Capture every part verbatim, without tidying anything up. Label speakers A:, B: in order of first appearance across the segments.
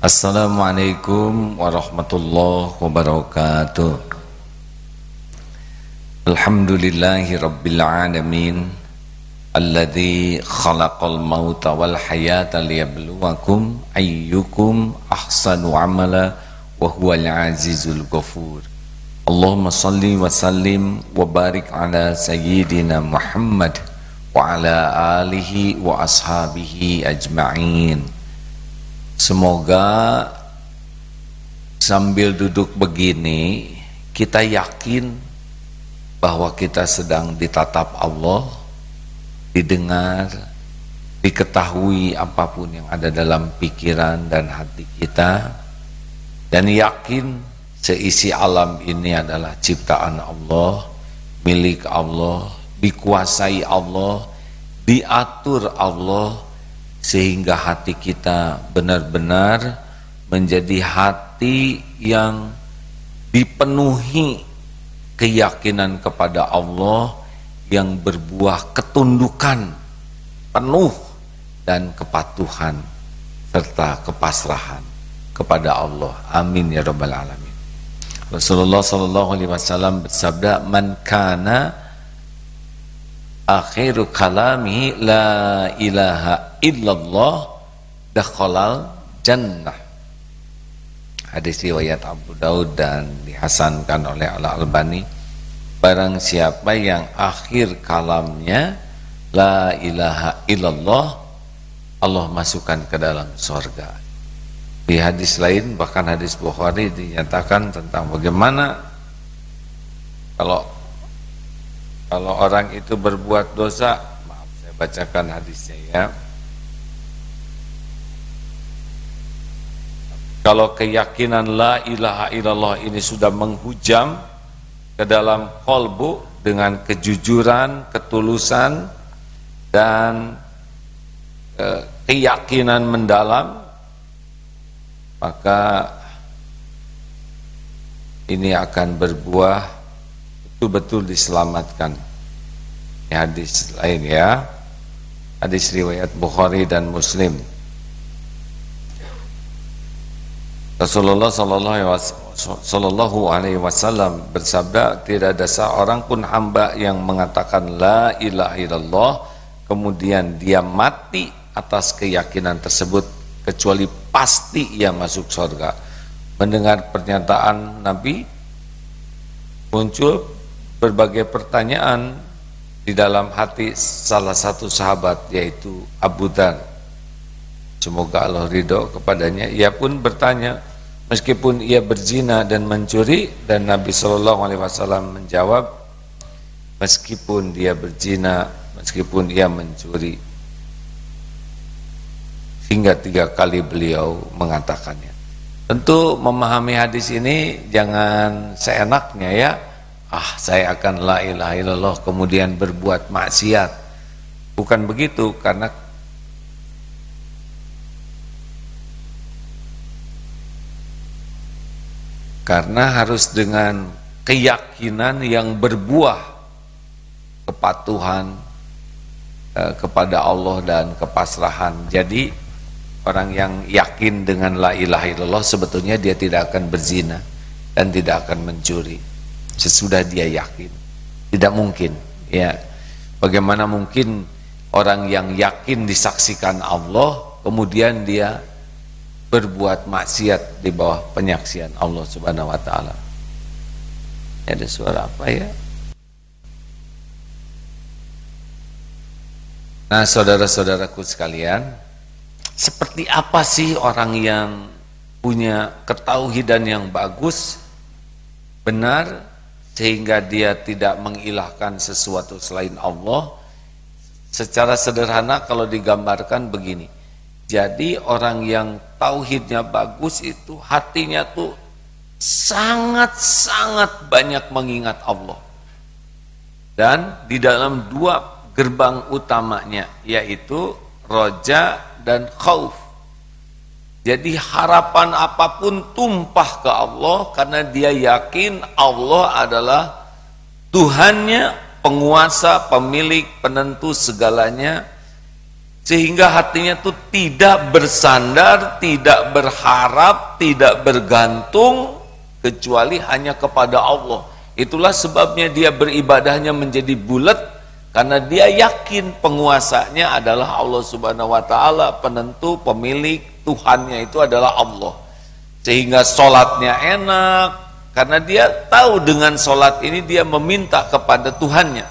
A: Assalamualaikum warahmatullahi wabarakatuh. Alhamdulillahi rabbil alamin, alladzi khalaqal mauta wal hayata liyabluwakum ayyukum ahsanu amala wa huwal azizul ghafur. Allahumma salli wa sallim wa barik ala sayyidina Muhammad wa ala alihi wa ashabihi ajma'in. Semoga sambil duduk begini kita yakin bahwa kita sedang ditatap Allah, didengar, diketahui apapun yang ada dalam pikiran dan hati kita, dan yakin seisi alam ini adalah ciptaan Allah, milik Allah, dikuasai Allah, diatur Allah, sehingga hati kita benar-benar menjadi hati yang dipenuhi keyakinan kepada Allah, yang berbuah ketundukan penuh dan kepatuhan serta kepasrahan kepada Allah. Amin ya rabbal alamin. Rasulullah sallallahu alaihi wasallam bersabda, "Man kana akhiru kalamihi la ilaha illallah dakhalal jannah." Hadis riwayat Abu Daud dan dihasankan oleh Al-Albani. Barang siapa yang akhir kalamnya la ilaha illallah, Allah masukkan ke dalam surga. Di hadis lain, bahkan hadis Bukhari, dinyatakan tentang bagaimana kalau Kalau orang itu berbuat dosa, maaf saya bacakan hadisnya ya. Kalau keyakinan la ilaha illallah ini sudah menghujam ke dalam qalbu dengan kejujuran, ketulusan, dan eh, keyakinan mendalam, maka ini akan berbuah betul-betul diselamatkan. Ini hadis lain ya, hadis riwayat Bukhari dan Muslim. Rasulullah sallallahu alaihi wasallam bersabda, tidak ada seorang pun hamba yang mengatakan la ilaha illallah kemudian dia mati atas keyakinan tersebut kecuali pasti ia masuk surga. Mendengar pernyataan Nabi, muncul berbagai pertanyaan di dalam hati salah satu sahabat, yaitu Abu Dzar. Semoga Allah ridho kepadanya. Ia pun bertanya, meskipun ia berzina dan mencuri, dan Nabi shallallahu alaihi wasallam menjawab, meskipun dia berzina, meskipun ia mencuri, hingga tiga kali beliau mengatakannya. Tentu memahami hadis ini jangan seenaknya ya. Ah, saya akan la ilaha illallah kemudian berbuat maksiat. Bukan begitu, karena karena harus dengan keyakinan yang berbuah kepatuhan eh, kepada Allah dan kepasrahan. Jadi orang yang yakin dengan la ilaha illallah sebetulnya dia tidak akan berzina dan tidak akan mencuri. Sesudah dia yakin, tidak mungkin ya. Bagaimana mungkin orang yang yakin disaksikan Allah kemudian dia berbuat maksiat di bawah penyaksian Allah Subhanahu wa taala? Ada suara apa ya? Nah, saudara-saudaraku sekalian, seperti apa sih orang yang punya ketauhidan yang bagus, benar, sehingga dia tidak mengilahkan sesuatu selain Allah? Secara sederhana kalau digambarkan begini. Jadi orang yang tauhidnya bagus itu hatinya tuh sangat-sangat banyak mengingat Allah. Dan di dalam dua gerbang utamanya, yaitu roja dan khauf. Jadi harapan apapun tumpah ke Allah karena dia yakin Allah adalah Tuhannya, penguasa, pemilik, penentu segalanya. sehingga hatinya tuh tidak bersandar, tidak berharap, tidak bergantung kecuali hanya kepada Allah. Itulah sebabnya dia beribadahnya menjadi bulat, karena dia yakin penguasanya adalah Allah Subhanahu wa taala, penentu, pemilik, Tuhannya itu adalah Allah. Sehingga sholatnya enak, karena dia tahu dengan sholat ini dia meminta kepada Tuhannya.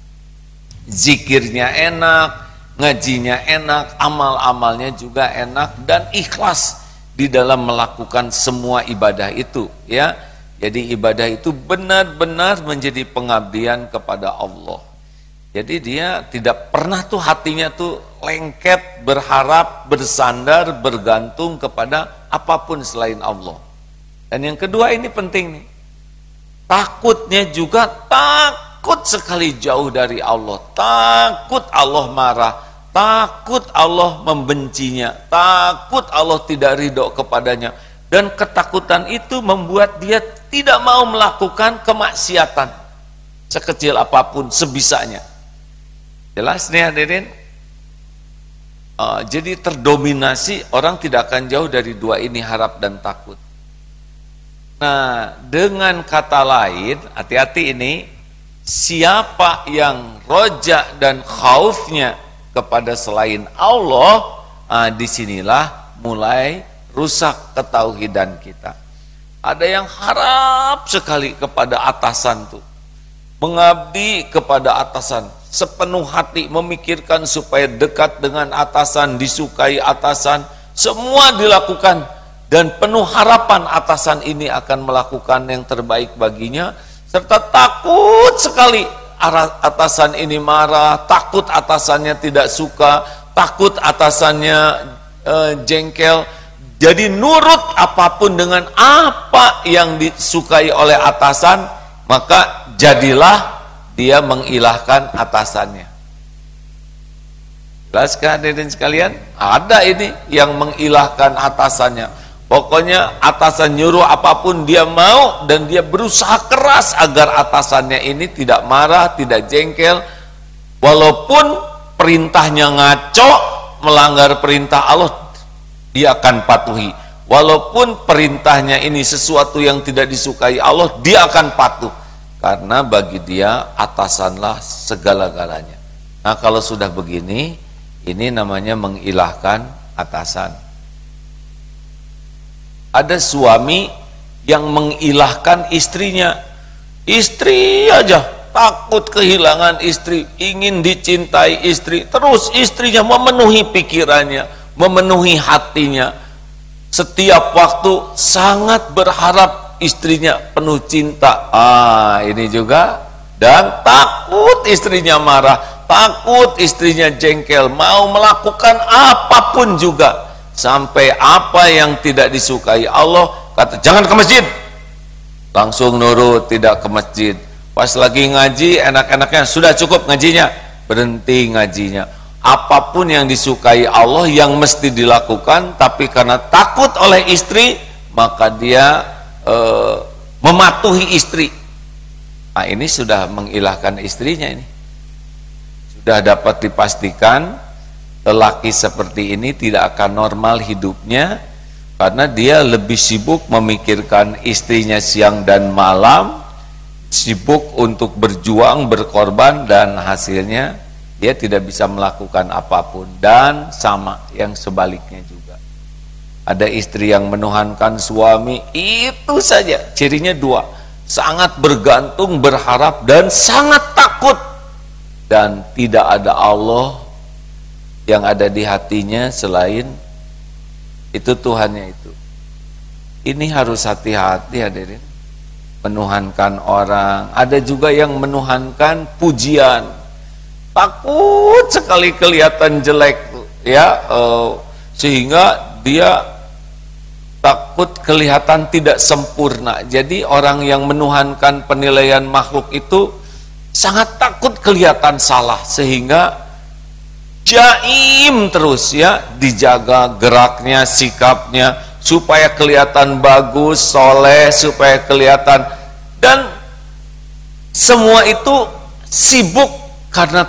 A: Zikirnya enak, ngajinya enak, amal-amalnya juga enak, dan ikhlas di dalam melakukan semua ibadah itu, ya. Jadi ibadah itu benar-benar menjadi pengabdian kepada Allah. Jadi dia tidak pernah tuh hatinya tuh lengket, berharap, bersandar, bergantung kepada apapun selain Allah. Dan yang kedua ini penting nih, takutnya juga takut sekali jauh dari Allah, takut Allah marah, takut Allah membencinya, takut Allah tidak ridho kepadanya. Dan ketakutan itu membuat dia tidak mau melakukan kemaksiatan sekecil apapun sebisanya. Jelas nih hadirin? Uh, jadi terdominasi, orang tidak akan jauh dari dua ini, harap dan takut. Nah, dengan kata lain, hati-hati ini, siapa yang roja dan khaufnya kepada selain Allah, uh, disinilah mulai rusak ketauhidan kita. Ada yang harap sekali kepada atasan tuh, mengabdi kepada atasan, sepenuh hati memikirkan supaya dekat dengan atasan, disukai atasan, semua dilakukan, dan penuh harapan atasan ini akan melakukan yang terbaik baginya, serta takut sekali atasan ini marah, takut atasannya tidak suka, takut atasannya e, jengkel. Jadi nurut apapun dengan apa yang disukai oleh atasan, maka jadilah dia mengilahkan atasannya. Jelas kan hadirin sekalian? Ada ini yang mengilahkan atasannya. Pokoknya atasan nyuruh apapun dia mau, dan dia berusaha keras agar atasannya ini tidak marah, tidak jengkel. Walaupun perintahnya ngaco, melanggar perintah Allah, dia akan patuhi. Walaupun perintahnya ini sesuatu yang tidak disukai Allah, dia akan patuh. Karena bagi dia atasanlah segala-galanya. Nah, kalau sudah begini, ini namanya mengilahkan atasan. Ada suami yang mengilahkan istrinya. Istri aja takut kehilangan istri, ingin dicintai istri, terus istrinya memenuhi pikirannya, memenuhi hatinya. Setiap waktu sangat berharap istrinya penuh cinta. Ah, ini juga. Dan takut istrinya marah, takut istrinya jengkel, mau melakukan apapun juga. Sampai apa yang tidak disukai Allah, kata jangan ke masjid, langsung nurut, tidak ke masjid. Pas lagi ngaji, enak-enaknya sudah cukup ngajinya, berhenti ngajinya. Apapun yang disukai Allah yang mesti dilakukan, tapi karena takut oleh istri, maka dia e, mematuhi istri. Nah, ini sudah mengilahkan istrinya ini. Sudah dapat dipastikan lelaki seperti ini tidak akan normal hidupnya, karena dia lebih sibuk memikirkan istrinya siang dan malam, sibuk untuk berjuang, berkorban, dan hasilnya dia tidak bisa melakukan apapun. Dan sama yang sebaliknya juga. Ada istri yang menuhankan suami, itu saja cirinya dua, sangat bergantung, berharap, dan sangat takut, dan tidak ada Allah yang ada di hatinya selain itu Tuhannya itu. Ini harus hati-hati hadirin, menuhankan orang. Ada juga yang menuhankan pujian, takut sekali kelihatan jelek tuh, ya, uh, sehingga dia takut kelihatan tidak sempurna. Jadi orang yang menuhankan penilaian makhluk itu sangat takut kelihatan salah, sehingga jaim terus, ya, dijaga geraknya, sikapnya supaya kelihatan bagus, soleh, supaya kelihatan, dan semua itu sibuk karena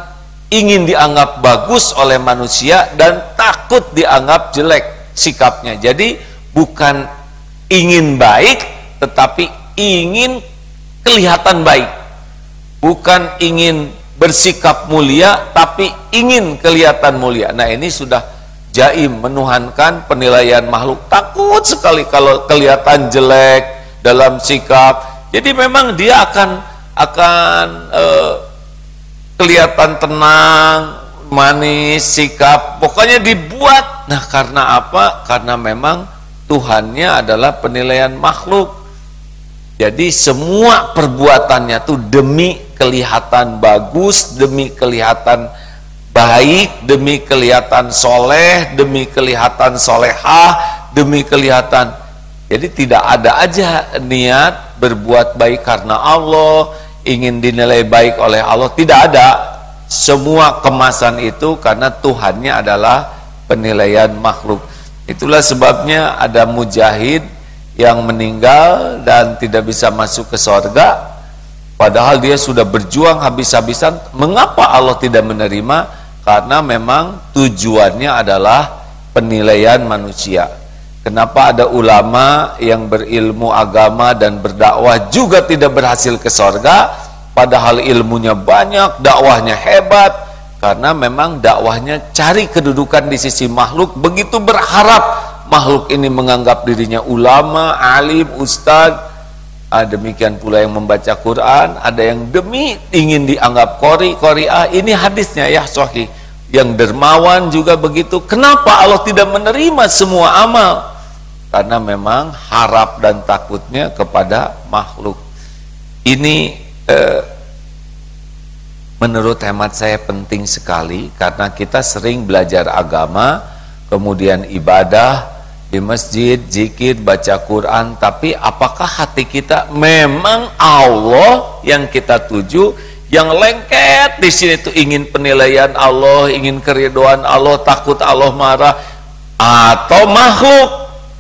A: ingin dianggap bagus oleh manusia dan takut dianggap jelek sikapnya. Jadi bukan ingin baik, tetapi ingin kelihatan baik. Bukan ingin bersikap mulia, tapi ingin kelihatan mulia. Nah, ini sudah jaim, menuhankan penilaian makhluk. Takut sekali kalau kelihatan jelek dalam sikap. Jadi memang dia akan akan eh, kelihatan tenang, manis, sikap, pokoknya dibuat. Nah, karena apa? Karena memang Tuhannya adalah penilaian makhluk. Jadi semua perbuatannya tuh demi kelihatan bagus, demi kelihatan baik, demi kelihatan soleh, demi kelihatan solehah, demi kelihatan. Jadi tidak ada aja niat berbuat baik karena Allah, ingin dinilai baik oleh Allah, tidak ada. Semua kemasan itu karena Tuhannya adalah penilaian makhluk. Itulah sebabnya ada mujahid yang meninggal dan tidak bisa masuk ke sorga, padahal dia sudah berjuang habis-habisan. Mengapa Allah tidak menerima? Karena memang tujuannya adalah penilaian manusia. Kenapa ada ulama yang berilmu agama dan berdakwah juga tidak berhasil ke sorga, padahal ilmunya banyak, dakwahnya hebat? Karena memang dakwahnya cari kedudukan di sisi makhluk, begitu berharap makhluk ini menganggap dirinya ulama, alim, ustadz. Ah, demikian pula yang membaca Quran, ada yang demi ingin dianggap qori, qori'ah. Ini hadisnya ya sahih. Yang dermawan juga begitu. Kenapa Allah tidak menerima semua amal? Karena memang harap dan takutnya kepada makhluk. Ini eh, menurut hemat saya penting sekali, karena kita sering belajar agama, kemudian ibadah di masjid, zikir, baca Quran, tapi apakah hati kita memang Allah yang kita tuju? Yang lengket di sini tuh ingin penilaian Allah, ingin keridhaan Allah, takut Allah marah, atau makhluk?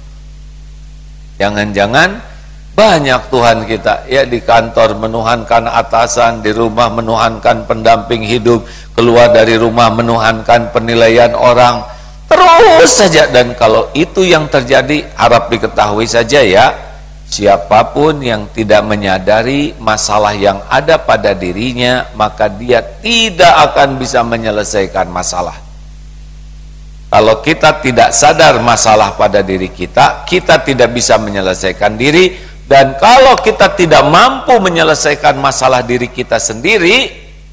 A: Jangan-jangan banyak Tuhan kita ya, di kantor menuhankan atasan, di rumah menuhankan pendamping hidup, keluar dari rumah menuhankan penilaian orang, terus saja. Dan kalau itu yang terjadi, harap diketahui saja ya, siapapun yang tidak menyadari masalah yang ada pada dirinya, maka dia tidak akan bisa menyelesaikan masalah. Kalau kita tidak sadar masalah pada diri kita, kita tidak bisa menyelesaikan diri. Dan kalau kita tidak mampu menyelesaikan masalah diri kita sendiri,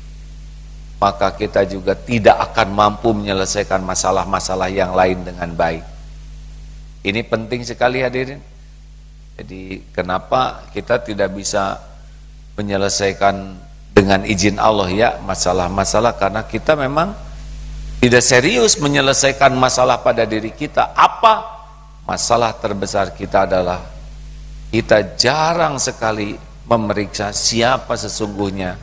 A: maka kita juga tidak akan mampu menyelesaikan masalah-masalah yang lain dengan baik. Ini penting sekali hadirin. Jadi kenapa kita tidak bisa menyelesaikan dengan izin Allah ya masalah-masalah? Karena kita memang tidak serius menyelesaikan masalah pada diri kita. Apa? Masalah terbesar kita adalah kita jarang sekali memeriksa siapa sesungguhnya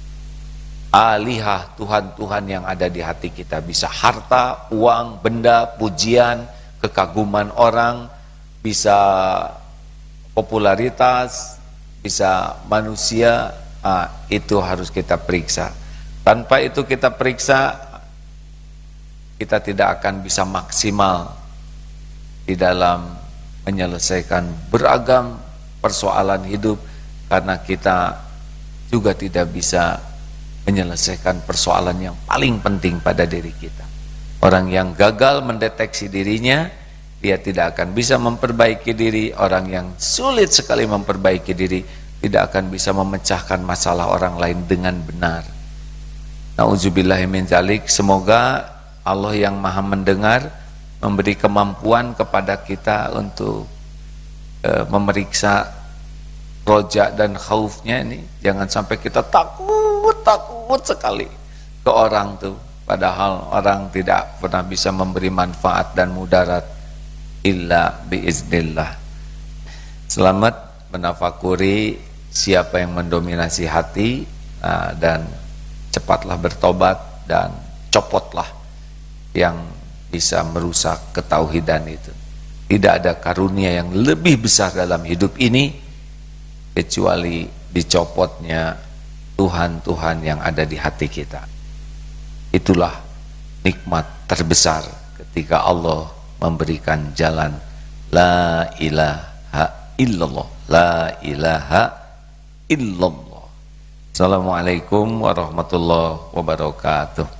A: alihah, Tuhan-Tuhan yang ada di hati kita. Bisa harta, uang, benda, pujian, kekaguman orang, bisa popularitas, bisa manusia. Ah, itu harus kita periksa. Tanpa itu kita periksa, kita tidak akan bisa maksimal di dalam menyelesaikan beragam persoalan hidup, karena kita juga tidak bisa menyelesaikan persoalan yang paling penting pada diri kita. Orang yang gagal mendeteksi dirinya, dia tidak akan bisa memperbaiki diri. Orang yang sulit sekali memperbaiki diri, tidak akan bisa memecahkan masalah orang lain dengan benar. Nauzubillahi min dzalik. Semoga Allah yang Maha mendengar memberi kemampuan kepada kita untuk e, memeriksa roja dan khaufnya ini. Jangan sampai kita takut, takut sekali ke orang tuh, padahal orang tidak pernah bisa memberi manfaat dan mudarat illa biiznillah. Selamat menafakuri siapa yang mendominasi hati, nah, dan cepatlah bertobat dan copotlah yang bisa merusak ketauhidan itu. Tidak ada karunia yang lebih besar dalam hidup ini kecuali dicopotnya Tuhan-Tuhan yang ada di hati kita. Itulah nikmat terbesar ketika Allah memberikan jalan la ilaha illallah, la ilaha illallah. Assalamualaikum warahmatullahi wabarakatuh.